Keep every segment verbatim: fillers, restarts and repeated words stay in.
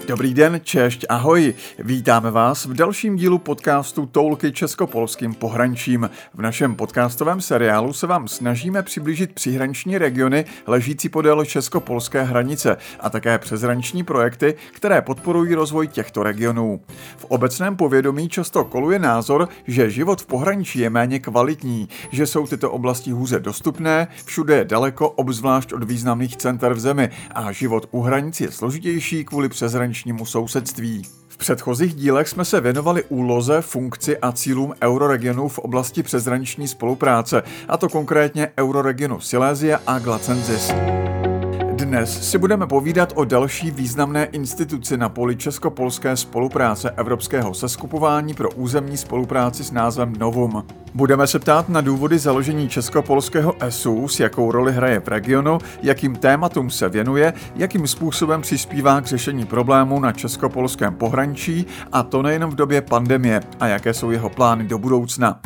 Dobrý den, češť, ahoj. Vítáme vás v dalším dílu podcastu Toulky českopolským pohraničím. V našem podcastovém seriálu se vám snažíme přiblížit příhraniční regiony ležící podél českopolské hranice a také přeshraniční projekty, které podporují rozvoj těchto regionů. V obecném povědomí často koluje názor, že život v pohraničí je méně kvalitní, že jsou tyto oblasti hůře dostupné, všude je daleko, obzvlášť od významných center v zemi, a život u hranic je složitější kvůli přeshraničnímu sousedství. V předchozích dílech jsme se věnovali úloze, funkci a cílům euroregionů v oblasti přeshraniční spolupráce, a to konkrétně euroregionu Silézie a Glacensis. Dnes si budeme povídat o další významné instituci na poli českopolské spolupráce Evropského seskupování pro územní spolupráci s názvem Novum. Budeme se ptát na důvody založení českopolského E S U S, jakou roli hraje v regionu, jakým tématům se věnuje, jakým způsobem přispívá k řešení problémů na českopolském pohraničí, a to nejen v době pandemie, a jaké jsou jeho plány do budoucna.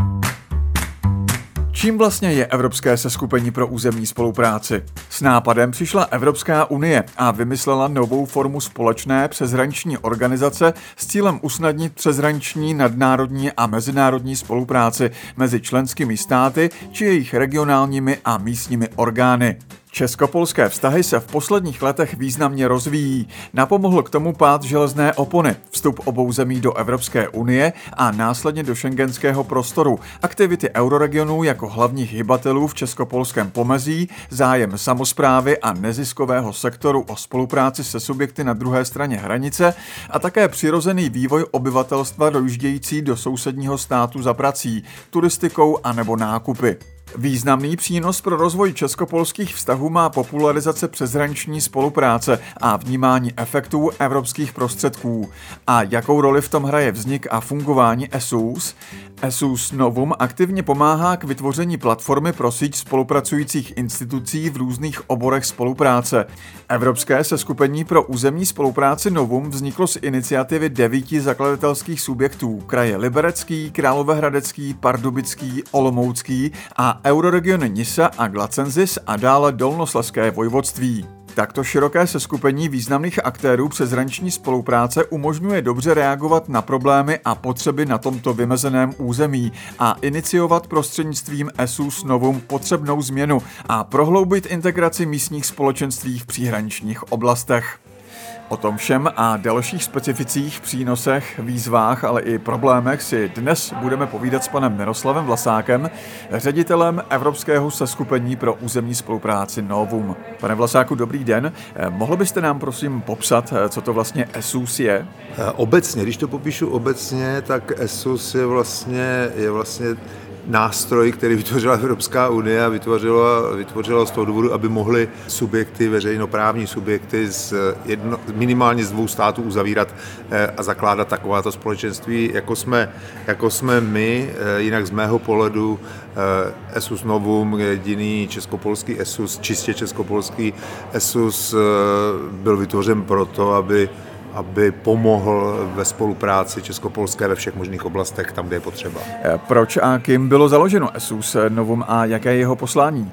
Čím vlastně je Evropské seskupení pro územní spolupráci? S nápadem přišla Evropská unie a vymyslela novou formu společné přeshraniční organizace s cílem usnadnit přeshraniční, nadnárodní a mezinárodní spolupráci mezi členskými státy či jejich regionálními a místními orgány. Českopolské vztahy se v posledních letech významně rozvíjí. Napomohl k tomu pád železné opony, vstup obou zemí do Evropské unie a následně do schengenského prostoru, aktivity euroregionů jako hlavních hybatelů v českopolském pomezí, zájem samosprávy a neziskového sektoru o spolupráci se subjekty na druhé straně hranice a také přirozený vývoj obyvatelstva dojíždějící do sousedního státu za prací, turistikou a nebo nákupy. Významný přínos pro rozvoj českopolských vztahů má popularizace přeshraniční spolupráce a vnímání efektů evropských prostředků. A jakou roli v tom hraje vznik a fungování E S U S? E S U S Novum aktivně pomáhá k vytvoření platformy pro síť spolupracujících institucí v různých oborech spolupráce. Evropské seskupení pro územní spolupráci Novum vzniklo z iniciativy devíti zakladatelských subjektů: kraje Liberecký, Královéhradecký, Pardubický, Olomoucký a euroregiony Nisa a Glacensis a dále Dolnoslezské vojvodství. Takto široké seskupení významných aktérů přeshraniční spolupráce umožňuje dobře reagovat na problémy a potřeby na tomto vymezeném území a iniciovat prostřednictvím E S U S Novum potřebnou změnu a prohloubit integraci místních společenství v příhraničních oblastech. O tom všem a dalších specificích, přínosech, výzvách, ale i problémech si dnes budeme povídat s panem Miroslavem Vlasákem, ředitelem Evropského seskupení pro územní spolupráci Novum. Pane Vlasáku, dobrý den. Mohl byste nám prosím popsat, co to vlastně E S U S je? Obecně, když to popíšu obecně, tak E S U S je vlastně, je vlastně nástroj, který vytvořila Evropská unie a vytvořila, vytvořila z toho důvodu, aby mohly subjekty, veřejnoprávní subjekty z jedno, minimálně z dvou států uzavírat a zakládat takováto společenství, jako jsme, jako jsme my. Jinak z mého pohledu E S U S Novum, jediný českopolský E S U S, čistě českopolský E S U S, byl vytvořen proto, aby aby pomohl ve spolupráci českopolské ve všech možných oblastech, tam, kde je potřeba. Proč a kým bylo založeno E S U S Novum a jaké je jeho poslání?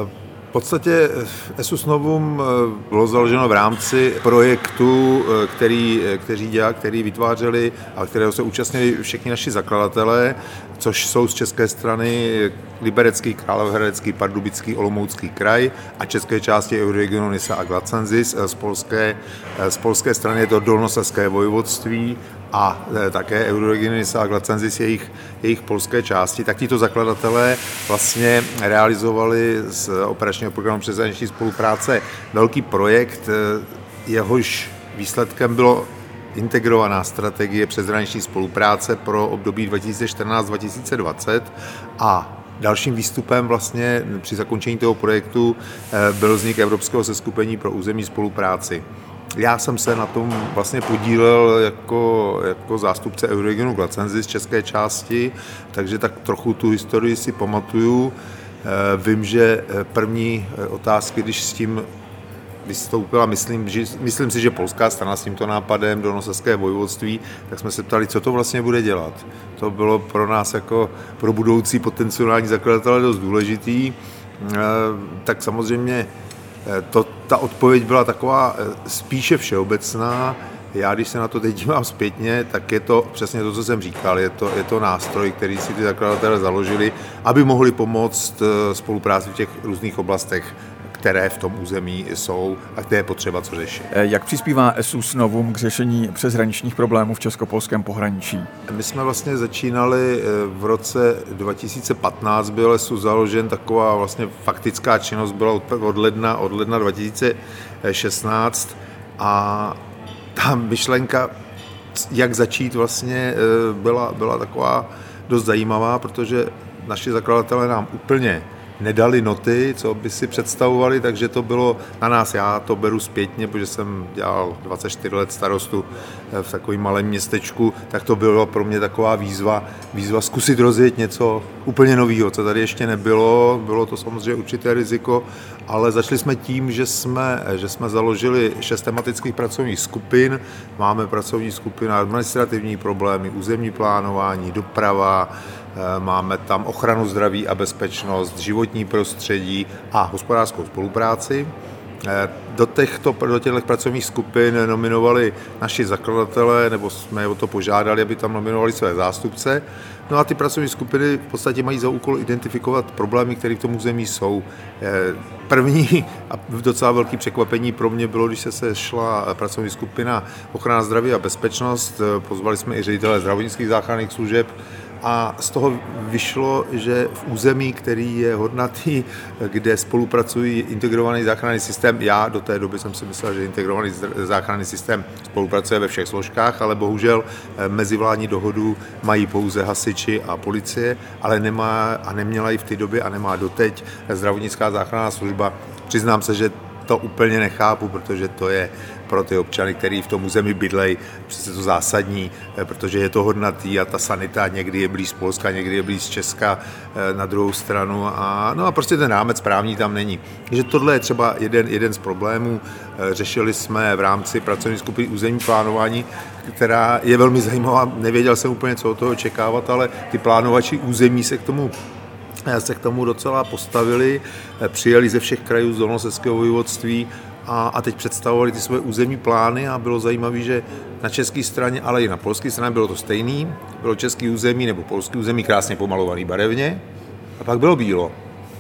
V podstatě E S U S Novum bylo založeno v rámci projektu, který, který, dělá, který vytvářeli a kterého se účastnili všichni naši zakladatelé, což jsou z české strany Liberecký, Královéhradecký, Pardubický, Olomoucký kraj a české části euroregionu Nisa a Glacensis. Z polské, z polské strany je to Dolnoslezské vojvodství a také euroregion Nisa a Glacensis, jejich, jejich polské části. Tak tito zakladatelé vlastně realizovali z operačního programu přeshraniční spolupráce velký projekt, jehož výsledkem bylo integrovaná strategie přeshraniční spolupráce pro období dva tisíce čtrnáct dva tisíce dvacet a dalším výstupem vlastně při zakončení toho projektu byl vznik Evropského seskupení pro územní spolupráci. Já jsem se na tom vlastně podílel jako, jako zástupce euroregionu Glacensis z české části, takže tak trochu tu historii si pamatuju. Vím, že první otázky, když s tím vystoupila, myslím, že, myslím si, že polská strana s tímto nápadem Dolnoslezské vojvodství, tak jsme se ptali, co to vlastně bude dělat. To bylo pro nás jako pro budoucí potenciální zakladatele dost důležitý. Tak samozřejmě to, ta odpověď byla taková spíše všeobecná. Já, když se na to teď dívám zpětně, tak je to přesně to, co jsem říkal. Je to, je to nástroj, který si ty zakladatelé založili, aby mohli pomoct spolupráci v těch různých oblastech, které v tom území jsou a které je potřeba co řešit. Jak přispívá E S U S Novum k řešení přeshraničních problémů v českopolském pohraničí? My jsme vlastně začínali v roce dva tisíce patnáct, byl E S U S založen, taková vlastně faktická činnost byla od ledna, od ledna dva tisíce šestnáct a ta myšlenka, jak začít, vlastně byla, byla taková dost zajímavá, protože naši zakladatelé nám úplně nedali noty, co by si představovali, takže to bylo na nás, já to beru zpětně, protože jsem dělal dvacet čtyři let starostu v takovém malém městečku, tak to bylo pro mě taková výzva, výzva zkusit rozjet něco úplně nového, co tady ještě nebylo, bylo to samozřejmě určité riziko, ale začali jsme tím, že jsme, že jsme založili šest tematických pracovních skupin, máme pracovní skupiny administrativní problémy, územní plánování, doprava, máme tam ochranu zdraví a bezpečnost, životní prostředí a hospodářskou spolupráci. Do těchto, do těchto pracovních skupin nominovali naši zakladatelé, nebo jsme o to požádali, aby tam nominovali své zástupce. No a ty pracovní skupiny v podstatě mají za úkol identifikovat problémy, které v tom území jsou. První a docela velké překvapení pro mě bylo, když se sešla pracovní skupina ochrana zdraví a bezpečnost. Pozvali jsme i ředitele zdravotnických záchranných služeb, a z toho vyšlo, že v území, který je hodnatý, kde spolupracují integrovaný záchranný systém, já do té doby jsem si myslel, že integrovaný záchranný systém spolupracuje ve všech složkách, ale bohužel mezivládní dohodu mají pouze hasiči a policie, ale nemá a neměla ji v té době a nemá doteď zdravotnická záchranná služba. Přiznám se, že to úplně nechápu, protože to je pro ty občany, kteří v tom území bydlejí, přece to zásadní, protože je to hodnatý a ta sanita někdy je blíž z Polska, někdy je blíž z Česka na druhou stranu a, no a prostě ten rámec právní tam není. Takže tohle je třeba jeden, jeden z problémů. Řešili jsme v rámci pracovní skupiny územní plánování, která je velmi zajímavá, nevěděl jsem úplně, co od toho očekávat, ale ty plánovači území se k tomu se k tomu docela postavili, přijeli ze všech krajů z Dolnoslezského vojvodství a, a teď představovali ty své územní plány a bylo zajímavé, že na české straně, ale i na polské straně bylo to stejný. Bylo české území nebo polské území krásně pomalovaný barevně a pak bylo bílo.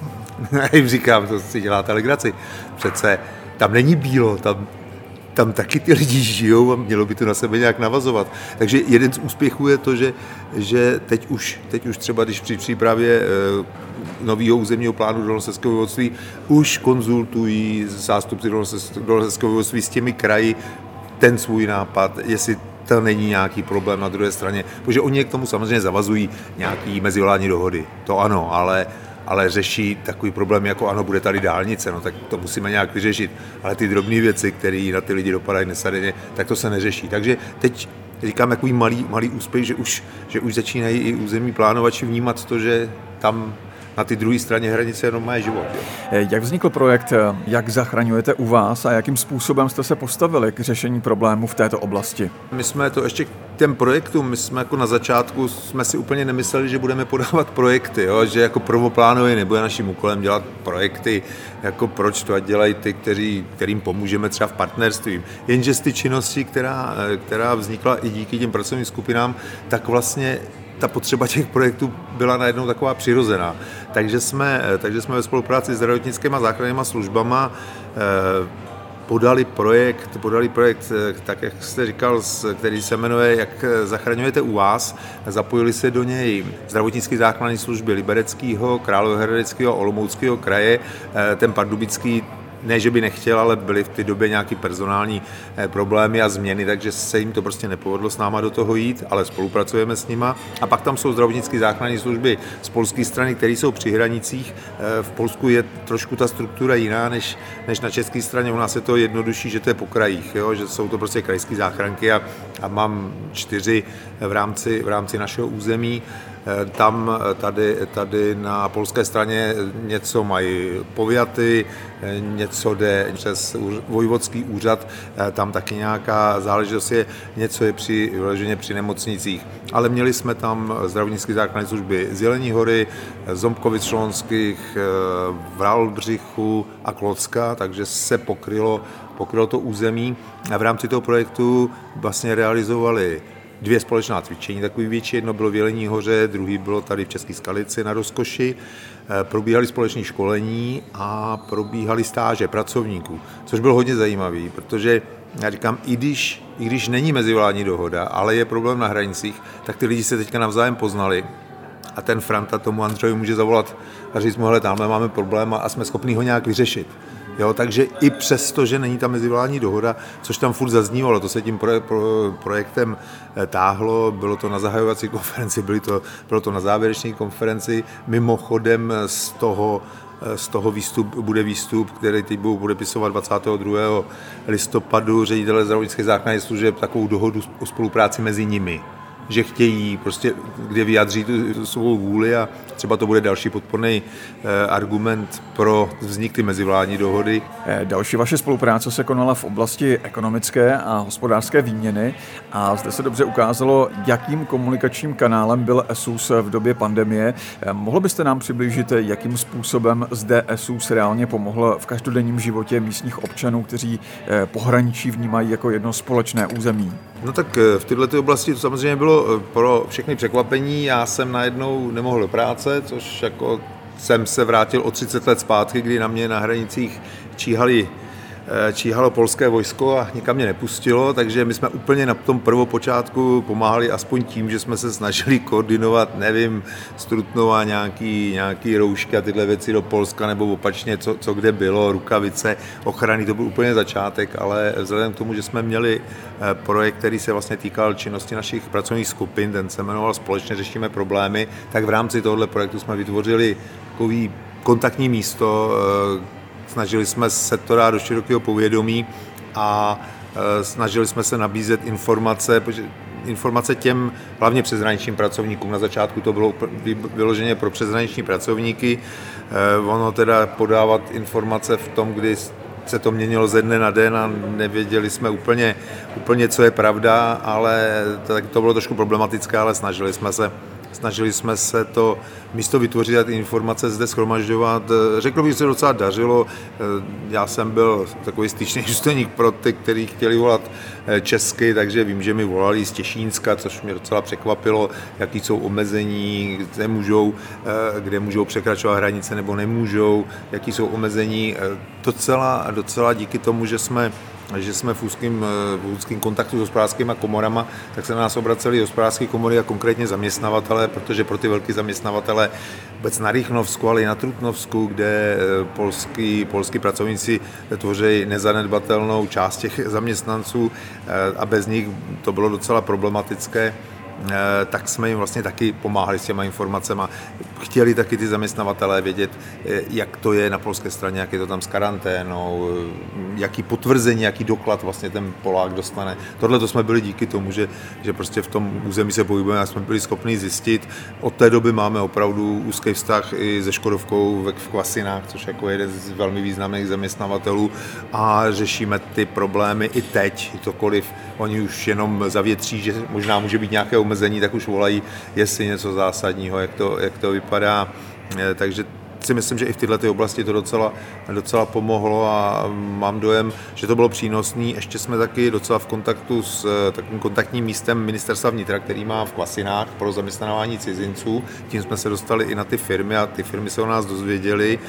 Já jim říkám, to si děláte legraci. Přece tam není bílo, tam tam taky ty lidi žijou a mělo by to na sebe nějak navazovat. Takže jeden z úspěchů je to, že, že teď, už, teď už třeba, když při přípravě e, nového územního plánu Dolnoslezského vojvodství už konzultují zástupci Dolnoslezského vojvodství s těmi kraji ten svůj nápad, jestli to není nějaký problém na druhé straně, protože oni k tomu samozřejmě zavazují nějaký mezivládní dohody, to ano, ale ale řeší takový problém, jako ano, bude tady dálnice, no tak to musíme nějak vyřešit. Ale ty drobné věci, které na ty lidi dopadají nesadeně, tak to se neřeší. Takže teď říkám takový malý, malý úspěch, že už, že už začínají i územní plánovači vnímat to, že tam na té druhé straně hranice jenom má život. Jo. Jak vznikl projekt, jak zachraňujete u vás a jakým způsobem jste se postavili k řešení problémů v této oblasti? My jsme to ještě k těm projektům, my jsme jako na začátku jsme si úplně nemysleli, že budeme podávat projekty, jo? Že jako prvoplánově nebude naším úkolem dělat projekty, jako proč to, ať dělají ty, kteří, kterým pomůžeme třeba v partnerství. Jenže z ty činnosti, která, která vznikla i díky těm pracovním skupinám, tak vlastně ta potřeba těch projektů byla najednou taková přirozená. Takže jsme, takže jsme ve spolupráci s zdravotnickými záchrannými službama eh, podali projekt, podali projekt, tak jak jste říkal, který se jmenuje Jak zachraňujete u vás. Zapojili se do něj zdravotnické záchranné služby Libereckého, Královéhradeckého a Olomouckého kraje. Ten pardubický ne, že by nechtěl, ale byly v té době nějaké personální problémy a změny, takže se jim to prostě nepovedlo s náma do toho jít, ale spolupracujeme s nima. A pak tam jsou zdravotnické záchranné služby z polské strany, které jsou při hranicích. V Polsku je trošku ta struktura jiná než, než na české straně. U nás je to jednodušší, že to je po krajích, jo? Že jsou to prostě krajské záchranky a, a mám čtyři v rámci, v rámci našeho území. Tam tady, tady na polské straně něco mají pověty, něco jde přes vojvodský úřad, tam taky nějaká záležitost je, něco je při, vyloženě při nemocnicích. Ale měli jsme tam zdravotnické záchranné služby z Jelení hory, Zombkovic-Šlonských, Vralbřichu a Klocka, takže se pokrylo pokrylo to území a v rámci toho projektu vlastně realizovali dvě společná cvičení, takový větší, jedno bylo v Jelení hoře, druhý bylo tady v České Skalici na Rozkoši. Probíhaly společné školení a probíhaly stáže pracovníků, což bylo hodně zajímavý, protože já říkám, i když, i když není mezivládní dohoda, ale je problém na hranicích, tak ty lidi se teďka navzájem poznali a ten Franta tomu Andřeji může zavolat a říct mu, hele, tamhle máme problém a jsme schopni ho nějak vyřešit. Jo, takže i přesto, že není ta mezivládní dohoda, což tam furt zaznívalo, to se tím proje, pro, projektem táhlo, bylo to na zahajovací konferenci, bylo to, bylo to na závěrečné konferenci, mimochodem z toho, z toho výstup, bude výstup, který teď budou podepisovat dvacátého druhého listopadu ředitelé zdravotnické záchranné služeb takovou dohodu o spolupráci mezi nimi, že chtějí, prostě, kde vyjádří tu svou vůli a třeba to bude další podporný eh, argument pro vznik ty mezivládní dohody. Další vaše spolupráce se konala v oblasti ekonomické a hospodářské výměny a zde se dobře ukázalo, jakým komunikačním kanálem byl E S U S v době pandemie. Mohl byste nám přiblížit, jakým způsobem zde E S U S reálně pomohl v každodenním životě místních občanů, kteří pohraničí vnímají jako jedno společné území? No tak v této oblasti to samozřejmě bylo pro všechny překvapení. Já jsem najednou nemohl do práce, což jako jsem se vrátil o třicet let zpátky, kdy na mě na hranicích číhali, číhalo polské vojsko a nikam mě nepustilo, takže my jsme úplně na tom prvopočátku pomáhali aspoň tím, že jsme se snažili koordinovat, nevím, z Trutnova nějaký, nějaký roušky a tyhle věci do Polska nebo opačně, co, co kde bylo, rukavice, ochrany, to byl úplně začátek, ale vzhledem k tomu, že jsme měli projekt, který se vlastně týkal činnosti našich pracovních skupin, ten se jmenoval Společně řešíme problémy, tak v rámci tohoto projektu jsme vytvořili takový kontaktní místo, snažili jsme se to dát do širokého povědomí a snažili jsme se nabízet informace, informace těm hlavně přeshraničním pracovníkům. Na začátku to bylo vyloženě pro přeshraniční pracovníky. Ono teda podávat informace v tom, kdy se to měnilo ze dne na den a nevěděli jsme úplně, úplně co je pravda, ale tak to bylo trošku problematické, ale snažili jsme se Snažili jsme se to místo vytvořit a ty informace zde shromažďovat. Řekl bych, že se docela dařilo. Já jsem byl takový styčný důstojník pro ty, kteří chtěli volat česky, takže vím, že mi volali z Těšínska, což mě docela překvapilo, jaký jsou omezení, kde můžou, kde můžou překračovat hranice nebo nemůžou, jaký jsou omezení. Docela, docela díky tomu, že jsme že jsme v úzkém, v úzkém kontaktu s hospodářskými komorama, tak se na nás obraceli hospodářské komory a konkrétně zaměstnavatele, protože pro ty velký zaměstnavatele vůbec na Rychnovsku, ale i na Trutnovsku, kde polský, polský pracovníci tvoří nezanedbatelnou část těch zaměstnanců a bez nich to bylo docela problematické, tak jsme jim vlastně taky pomáhali s těma informacemi. Chtěli taky ty zaměstnavatelé vědět, jak to je na polské straně, jak je to tam s karanténou, jaký potvrzení, jaký doklad vlastně ten Polák dostane. Tohle to jsme byli díky tomu, že, že prostě v tom území se pohybujeme a jsme byli schopni zjistit. Od té doby máme opravdu úzký vztah i se Škodovkou v Kvasinách, což jako jeden z velmi významných zaměstnavatelů a řešíme ty problémy i teď, cokoliv oni už jenom zavětří, že možná může být nějaké omezení, tak už volají, jestli něco zásadního, jak to, jak to vypadá. Takže si myslím, že i v této oblasti to docela, docela pomohlo a mám dojem, že to bylo přínosné. Ještě jsme taky docela v kontaktu s takovým kontaktním místem Ministerstva vnitra, který má v Kvasinách pro zaměstnávání cizinců. Tím jsme se dostali i na ty firmy a ty firmy se o nás dozvěděly,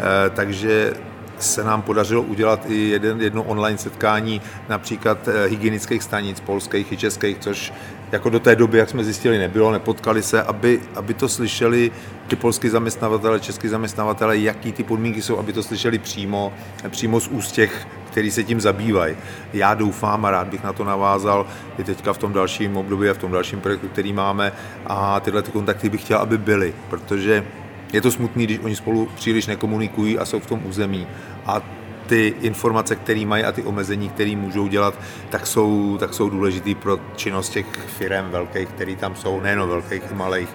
takže se nám podařilo udělat i jeden, jedno online setkání například hygienických stanic polských i českých, což jako do té doby, jak jsme zjistili, nebylo, nepotkali se, aby, aby to slyšeli ty polský zaměstnavatele, český zaměstnavatele, jaký ty podmínky jsou, aby to slyšeli přímo, přímo z úst těch, který se tím zabývají. Já doufám a rád bych na to navázal i teďka v tom dalším období a v tom dalším projektu, který máme a tyhle ty kontakty bych chtěl, aby byly, protože je to smutný, když oni spolu příliš nekomunikují a jsou v tom území. A ty informace, které mají a ty omezení, které můžou dělat, tak jsou, tak jsou důležitý pro činnost těch firem velkých, které tam jsou, nejen velkých i malých.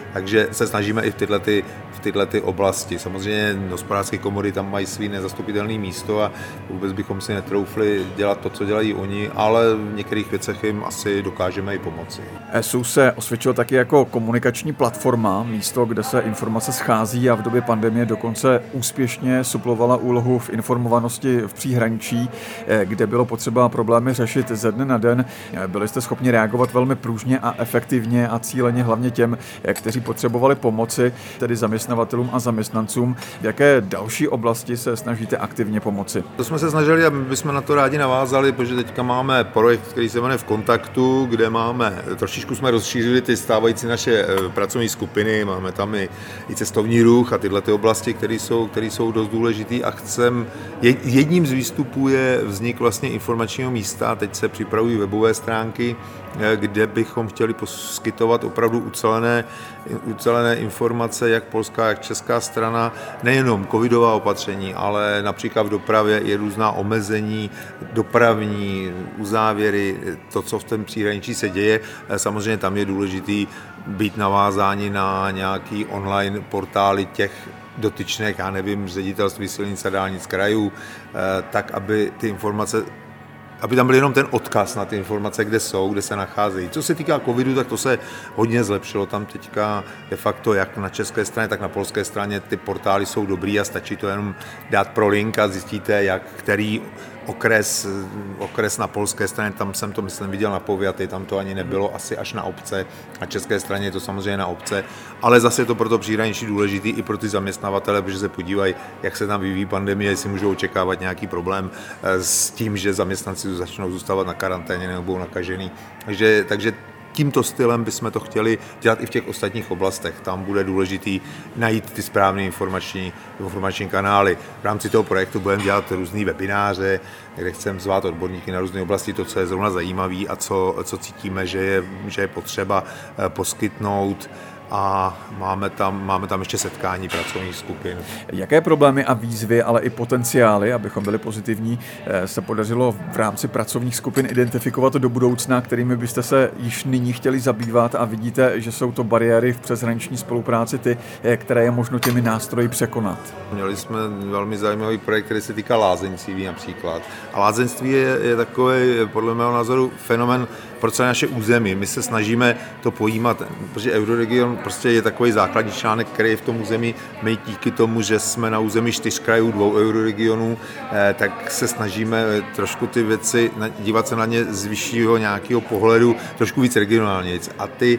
Takže se snažíme i v tyhle, ty, v tyhle ty oblasti. Samozřejmě hospodářské komory tam mají svý nezastupitelné místo a vůbec bychom si netroufli dělat to, co dělají oni, ale v některých věcech jim asi dokážeme i pomoci. E S U se osvědčil taky jako komunikační platforma, místo, kde se informace schází a v době pandemie dokonce úspěšně suplovala úlohu v informovanosti v příhraničí, kde bylo potřeba problémy řešit ze dne na den. Byli jste schopni reagovat velmi pružně a efektivně a cíleně hlavně těm, kteří potřebovali pomoci, tedy zaměstnavatelům a zaměstnancům. V jaké další oblasti se snažíte aktivně pomoci? To jsme se snažili a my bychom na to rádi navázali, protože teďka máme projekt, který se jmenuje V kontaktu, kde máme, trošičku jsme rozšířili ty stávající naše pracovní skupiny, máme tam i, i cestovní ruch a tyhle ty oblasti, které jsou, které jsou dost důležité a chcem, jedním z výstupů je vznik vlastně informačního místa, teď se připravují webové stránky, kde bychom chtěli poskytovat opravdu ucelené, ucelené informace, jak polská, jak česká strana, nejenom covidová opatření, ale například v dopravě je různá omezení, dopravní uzávěry, to, co v tom příhraničí se děje. Samozřejmě tam je důležitý být navázáni na nějaký online portály těch dotyčných, já nevím, ředitelství silnic a dálnic krajů, tak, aby ty informace aby tam byl jenom ten odkaz na ty informace, kde jsou, kde se nacházejí. Co se týká covidu, tak to se hodně zlepšilo. Tam teďka de facto jak na české straně, tak na polské straně ty portály jsou dobrý a stačí to jenom dát pro link a zjistíte, jak který okres, okres na polské straně, tam jsem to myslím viděl na Pověty, tam to ani nebylo asi až na obce, na české straně je to samozřejmě na obce, ale zase je to pro to příhraničí důležitý i pro ty zaměstnavatele, protože se podívají, jak se tam vyvíjí pandemie, jestli můžou očekávat nějaký problém s tím, že zaměstnanci začnou zůstávat na karanténě nebo budou nakažený. Takže, takže tímto stylem bychom to chtěli dělat i v těch ostatních oblastech. Tam bude důležitý najít ty správné informační, informační kanály. V rámci toho projektu budeme dělat různý webináře, kde chceme zvát odborníky na různé oblasti, to, co je zrovna zajímavé a co, co cítíme, že je, že je potřeba poskytnout. A máme tam, máme tam ještě setkání pracovních skupin. Jaké problémy a výzvy, ale i potenciály, abychom byli pozitivní, se podařilo v rámci pracovních skupin identifikovat do budoucna, kterými byste se již nyní chtěli zabývat a vidíte, že jsou to bariéry v přeshraniční spolupráci ty, které je možno těmi nástroji překonat? Měli jsme velmi zajímavý projekt, který se týká lázeňství například. A lázeňství je, je takový, podle mého názoru, fenomén pro celé naše území. My se snažíme to pojímat, protože Euroregion prostě je takový základní článek, který je v tom území. My díky tomu, že jsme na území čtyř krajů, dvou euroregionů, tak se snažíme trošku ty věci, dívat se na ně z vyššího nějakého pohledu, trošku víc regionálně. A ty,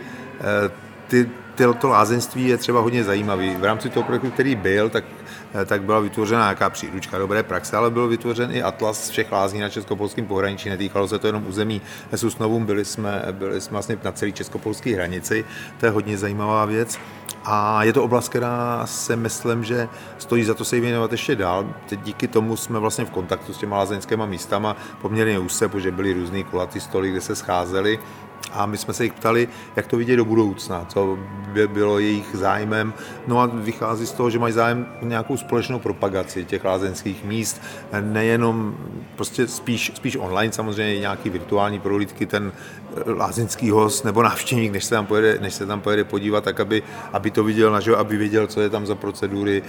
ty to lázeňství je třeba hodně zajímavý. V rámci toho projektu, který byl, tak, tak byla vytvořena nějaká příručka dobré praxe, ale byl vytvořen i atlas všech lázní na českopolském pohraničí. Netýkalo se to jenom území S U S Novum, byli jsme, byli jsme vlastně na celé českopolské hranici. To je hodně zajímavá věc. A je to oblast, která se myslím, že stojí za to se jí věnovat ještě dál. Teď díky tomu jsme vlastně v kontaktu s těma lázeňskýma místama poměrně úzce, protože byly různý kulatý stoly, kde se scházeli. A my jsme se jich ptali, jak to vidět do budoucna, co by bylo jejich zájmem. No a vychází z toho, že mají zájem o nějakou společnou propagaci těch lázeňských míst, nejenom prostě spíš, spíš online, samozřejmě nějaký virtuální prohlídky, ten lázeňský host nebo návštěvník, než se tam pojede, než se tam pojede podívat, tak aby, aby to viděl naživo, aby věděl, co je tam za procedury,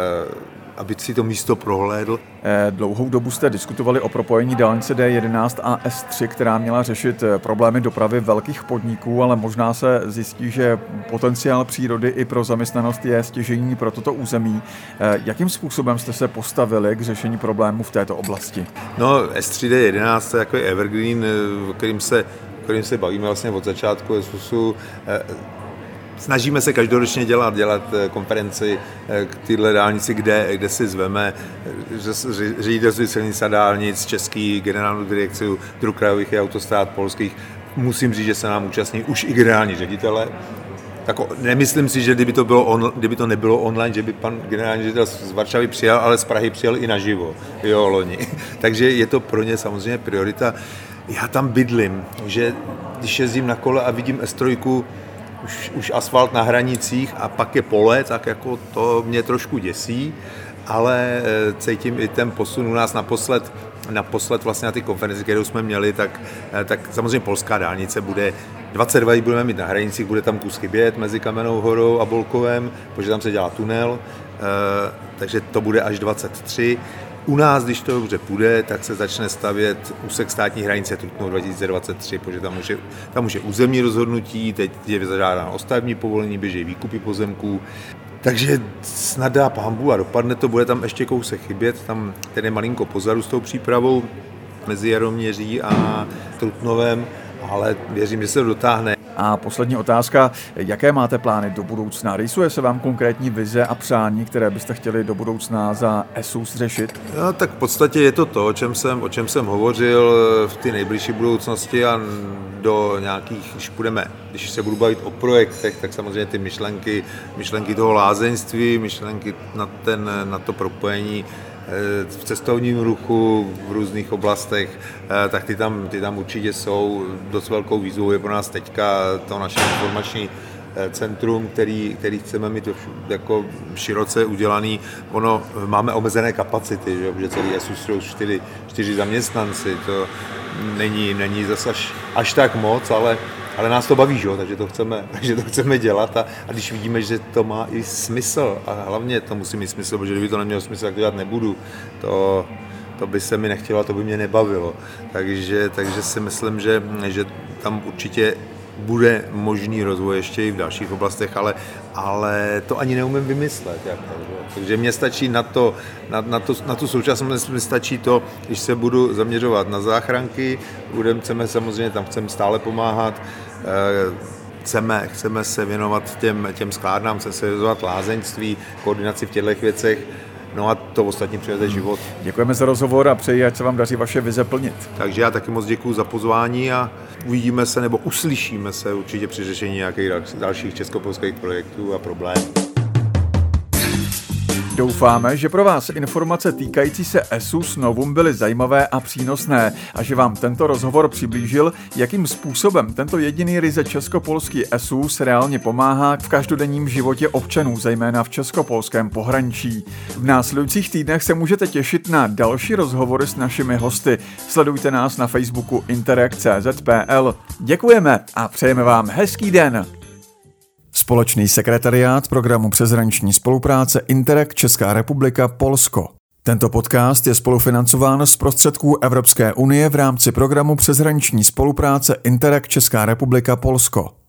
aby si to místo prohlédl. Dlouhou dobu jste diskutovali o propojení dálnice D jedenáct a S tři, která měla řešit problémy dopravy velkých podniků, ale možná se zjistí, že potenciál přírody i pro zaměstnanost je stěžejní pro toto území. Jakým způsobem jste se postavili k řešení problémů v této oblasti? No, S tři D jedenáct je takový evergreen, o kterým se, o kterým se bavíme vlastně od začátku S U S u. Snažíme se každoročně dělat, dělat konferenci k téhle dálnici, kde, kde si zveme ředitelství silnic a dálnic, český generální direkci druhokrajových autostrád polských. Musím říct, že se nám účastní už i generální ředitele. Tak nemyslím si, že kdyby to, bylo on, kdyby to nebylo online, že by pan generální ředitel z Varšavy přijal, ale z Prahy přijel i naživo, jo, loni. Takže je to pro ně samozřejmě priorita. Já tam bydlím, že když jezdím na kole a vidím S tři, Už, už asfalt na hranicích a pak je pole, tak jako to mě trošku děsí, ale cítím i ten posun u nás naposled naposled vlastně na ty konferenci, kterou jsme měli, tak, tak samozřejmě polská dálnice bude dvacet dva budeme mít na hranicích, bude tam kus chybět mezi Kamennou horou a Bolkovem, protože tam se dělá tunel, takže to bude až dvacet tři. U nás, když to dobře půjde, tak se začne stavět úsek státní hranice Trutnov dva tisíce dvacet tři, protože tam už je, tam už je územní rozhodnutí, teď je zažádáno o stavební povolení, běží výkupy pozemků. Takže snad dá pánbůh a dopadne to, bude tam ještě kousek chybět, tam ten je malinko pozadu s tou přípravou mezi Jaroměří a Trutnovem, ale věřím, že se to dotáhne. A poslední otázka, jaké máte plány do budoucna? Rýsuje se vám konkrétní vize a přání, které byste chtěli do budoucna za E S U S řešit? No, tak v podstatě je to to, o čem jsem, o čem jsem hovořil v té nejbližší budoucnosti a do nějakých, když budeme, když se budu bavit o projektech, tak samozřejmě ty myšlenky, myšlenky toho lázeňství, myšlenky na, ten, na to propojení v cestovním ruchu v různých oblastech, tak ty tam, ty tam určitě jsou. Dost velkou výzvou je pro nás teďka to naše informační centrum, který, který chceme mít jako široce udělaný. Ono, máme omezené kapacity, že, protože celý E S U S jsou čtyři, čtyři zaměstnanci, to není, není zase až, až tak moc, ale Ale nás to baví, že? Takže, to chceme, takže to chceme dělat a, a když vidíme, že to má i smysl a hlavně to musí mít smysl, protože kdyby to nemělo smysl, tak to dělat nebudu, to, to by se mi nechtělo a to by mě nebavilo. Takže, takže si myslím, že, že tam určitě bude možný rozvoj ještě i v dalších oblastech, ale, ale to ani neumím vymyslet. Jako, takže mě stačí na, to, na, na, to, na tu současnost, mi stačí to, když se budu zaměřovat na záchranky, budeme, chceme samozřejmě, tam chceme stále pomáhat, chceme, chceme se věnovat těm, těm skládnám, chceme se věnovat lázeňství, koordinaci v těchto věcech, no a to ostatní přijede život. Děkujeme za rozhovor a přeji, ať se vám daří vaše vize plnit. Takže já taky moc děkuji za pozvání a uvidíme se nebo uslyšíme se určitě při řešení nějakých dalších českopolských projektů a problémů. Doufáme, že pro vás informace týkající se E S U S Novum byly zajímavé a přínosné a že vám tento rozhovor přiblížil, jakým způsobem tento jediný ryze českopolský E S U S reálně pomáhá v každodenním životě občanů, zejména v českopolském pohraničí. V následujících týdnech se můžete těšit na další rozhovory s našimi hosty. Sledujte nás na Facebooku interakt tečka cz tečka p l. Děkujeme a přejeme vám hezký den. Společný sekretariát programu přeshraniční spolupráce Interreg Česká republika Polsko. Tento podcast je spolufinancován z prostředků Evropské unie v rámci programu přeshraniční spolupráce Interreg Česká republika Polsko.